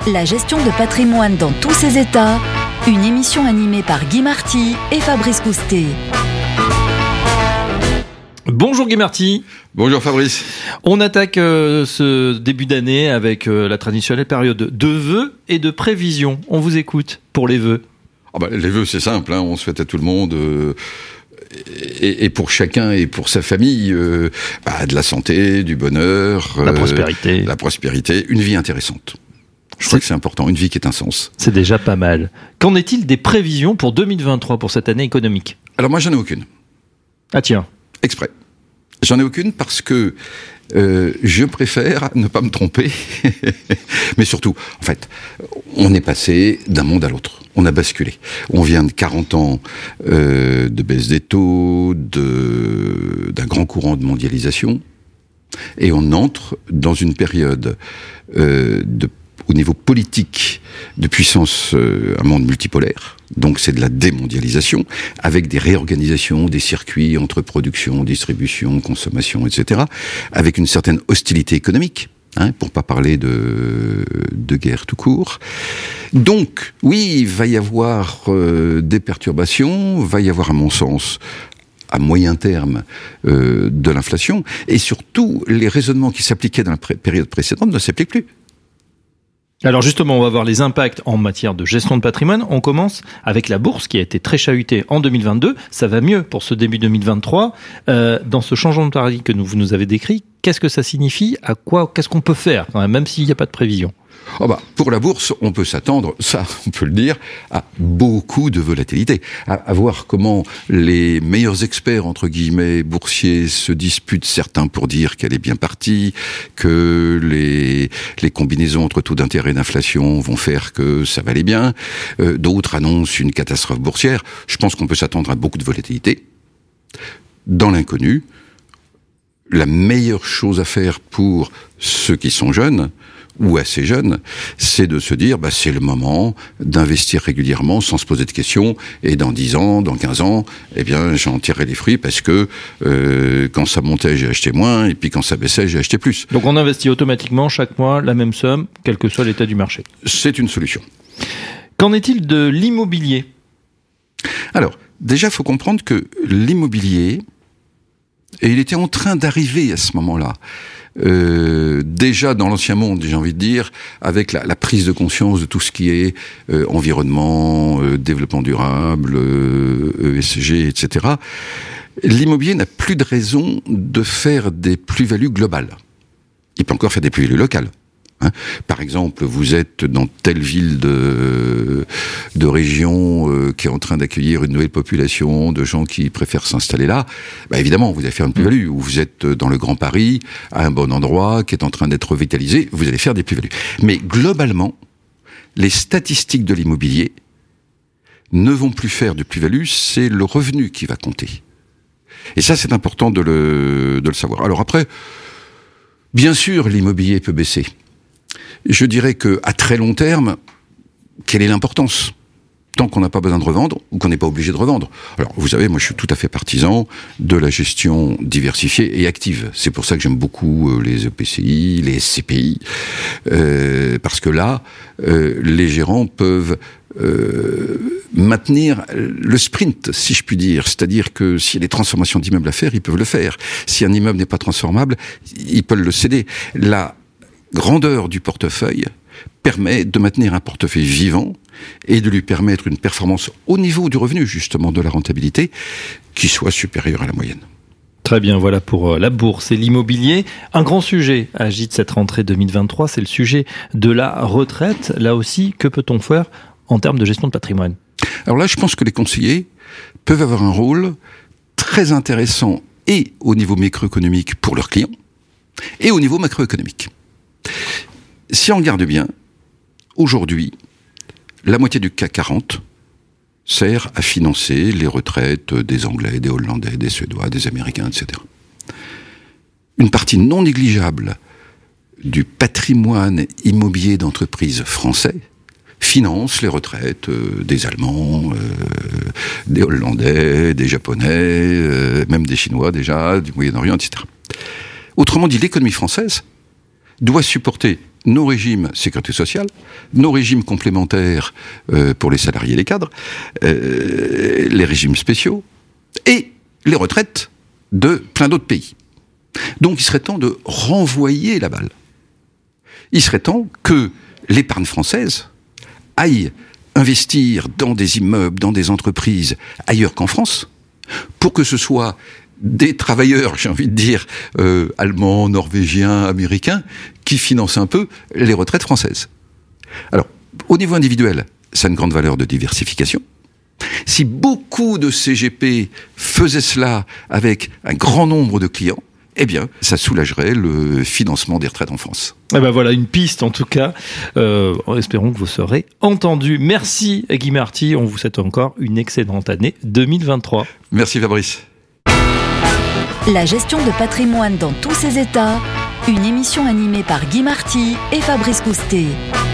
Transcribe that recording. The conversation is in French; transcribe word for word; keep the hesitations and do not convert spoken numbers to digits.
La gestion de patrimoine dans tous ses états, une émission animée par Guy Marty et Fabrice Coustet. Bonjour Guy Marty. Bonjour Fabrice. On attaque euh, ce début d'année avec euh, la traditionnelle période de vœux et de prévisions. On vous écoute pour les vœux. Ah bah, les vœux c'est simple, hein, on souhaite à tout le monde... Euh... Et, et pour chacun et pour sa famille, euh, bah, de la santé, du bonheur, la euh, prospérité, la prospérité, une vie intéressante. Je crois que c'est important, une vie qui ait un sens. C'est déjà pas mal. Qu'en est-il des prévisions pour deux mille vingt-trois, pour cette année économique ? Alors moi, j'en ai aucune. Ah tiens. Exprès. J'en ai aucune parce que euh, je préfère ne pas me tromper. Mais surtout, en fait, on est passé d'un monde à l'autre. On a basculé. On vient de quarante ans euh, de baisse des taux, de, d'un grand courant de mondialisation, et on entre dans une période euh, de, au niveau politique de puissance, euh, un monde multipolaire. Donc c'est de la démondialisation, avec des réorganisations des circuits entre production, distribution, consommation, et cetera, avec une certaine hostilité économique. Hein, pour pas parler de, de guerre tout court. Donc, oui, il va y avoir euh, des perturbations, va y avoir, à mon sens, à moyen terme, euh, de l'inflation, et surtout, les raisonnements qui s'appliquaient dans la pré- période précédente ne s'appliquent plus. Alors justement, on va voir les impacts en matière de gestion de patrimoine. On commence avec la bourse qui a été très chahutée en deux mille vingt-deux. Ça va mieux pour ce début deux mille vingt-trois. Euh, dans ce changement de paradigme que nous, vous nous avez décrit, qu'est-ce que ça signifie ? À quoi ? Qu'est-ce qu'on peut faire quand même, même s'il n'y a pas de prévision ? Oh bah, pour la bourse, on peut s'attendre, ça, on peut le dire, à beaucoup de volatilité. À, à voir comment les meilleurs experts, entre guillemets, boursiers, se disputent, certains pour dire qu'elle est bien partie, que les, les combinaisons entre taux d'intérêt et d'inflation vont faire que ça va aller bien. Euh, d'autres annoncent une catastrophe boursière. Je pense qu'on peut s'attendre à beaucoup de volatilité. Dans l'inconnu, la meilleure chose à faire pour ceux qui sont jeunes, ou assez jeunes, c'est de se dire, bah, c'est le moment d'investir régulièrement sans se poser de questions, et dans dix ans, dans quinze ans, eh bien, j'en tirerai les fruits parce que, euh, quand ça montait, j'ai acheté moins, et puis quand ça baissait, j'ai acheté plus. Donc on investit automatiquement chaque mois la même somme, quel que soit l'état du marché. C'est une solution. Qu'en est-il de l'immobilier ? Alors, déjà, il faut comprendre que l'immobilier, et il était en train d'arriver à ce moment-là, Euh, déjà dans l'ancien monde, j'ai envie de dire, avec la, la prise de conscience de tout ce qui est euh, environnement, euh, développement durable, euh, E S G, et cetera, l'immobilier n'a plus de raison de faire des plus-values globales. Il peut encore faire des plus-values locales. Hein. Par exemple, vous êtes dans telle ville de, de région euh, qui est en train d'accueillir une nouvelle population de gens qui préfèrent s'installer là. Bah évidemment, vous allez faire une plus-value. Ou vous êtes dans le Grand Paris, à un bon endroit, qui est en train d'être revitalisé, vous allez faire des plus-values. Mais globalement, les statistiques de l'immobilier ne vont plus faire de plus-value, c'est le revenu qui va compter. Et ça, c'est important de le, de le savoir. Alors après, bien sûr, l'immobilier peut baisser. Je dirais que à très long terme, quelle est l'importance ? Tant qu'on n'a pas besoin de revendre ou qu'on n'est pas obligé de revendre. Alors, vous savez, moi, je suis tout à fait partisan de la gestion diversifiée et active. C'est pour ça que j'aime beaucoup les E P C I, les S C P I, euh, parce que là, euh, les gérants peuvent euh, maintenir le sprint, si je puis dire. C'est-à-dire que s'il y a des transformations d'immeubles à faire, ils peuvent le faire. Si un immeuble n'est pas transformable, ils peuvent le céder. La grandeur du portefeuille permet de maintenir un portefeuille vivant et de lui permettre une performance au niveau du revenu, justement, de la rentabilité, qui soit supérieure à la moyenne. Très bien, voilà pour la bourse et l'immobilier. Un grand sujet agite cette rentrée deux mille vingt-trois, c'est le sujet de la retraite. Là aussi, que peut-on faire en termes de gestion de patrimoine ? Alors là, je pense que les conseillers peuvent avoir un rôle très intéressant et au niveau microéconomique pour leurs clients et au niveau macroéconomique. Si on regarde bien, aujourd'hui, la moitié du C A C quarante sert à financer les retraites des Anglais, des Hollandais, des Suédois, des Américains, et cetera. Une partie non négligeable du patrimoine immobilier d'entreprises français finance les retraites euh, des Allemands, euh, des Hollandais, des Japonais, euh, même des Chinois déjà, du Moyen-Orient, et cetera. Autrement dit, l'économie française doit supporter nos régimes sécurité sociale, nos régimes complémentaires euh, pour les salariés et les cadres, euh, les régimes spéciaux et les retraites de plein d'autres pays. Donc il serait temps de renvoyer la balle. Il serait temps que l'épargne française aille investir dans des immeubles, dans des entreprises ailleurs qu'en France, pour que ce soit des travailleurs, j'ai envie de dire, euh, allemands, norvégiens, américains, qui financent un peu les retraites françaises. Alors, au niveau individuel, ça a une grande valeur de diversification. Si beaucoup de C G P faisaient cela avec un grand nombre de clients, eh bien, ça soulagerait le financement des retraites en France. Eh ben voilà, une piste en tout cas. Euh, espérons que vous serez entendus. Merci Guy Marty, on vous souhaite encore une excellente année deux mille vingt-trois. Merci Fabrice. La gestion de patrimoine dans tous ses états, une émission animée par Guy Marty et Fabrice Coustet.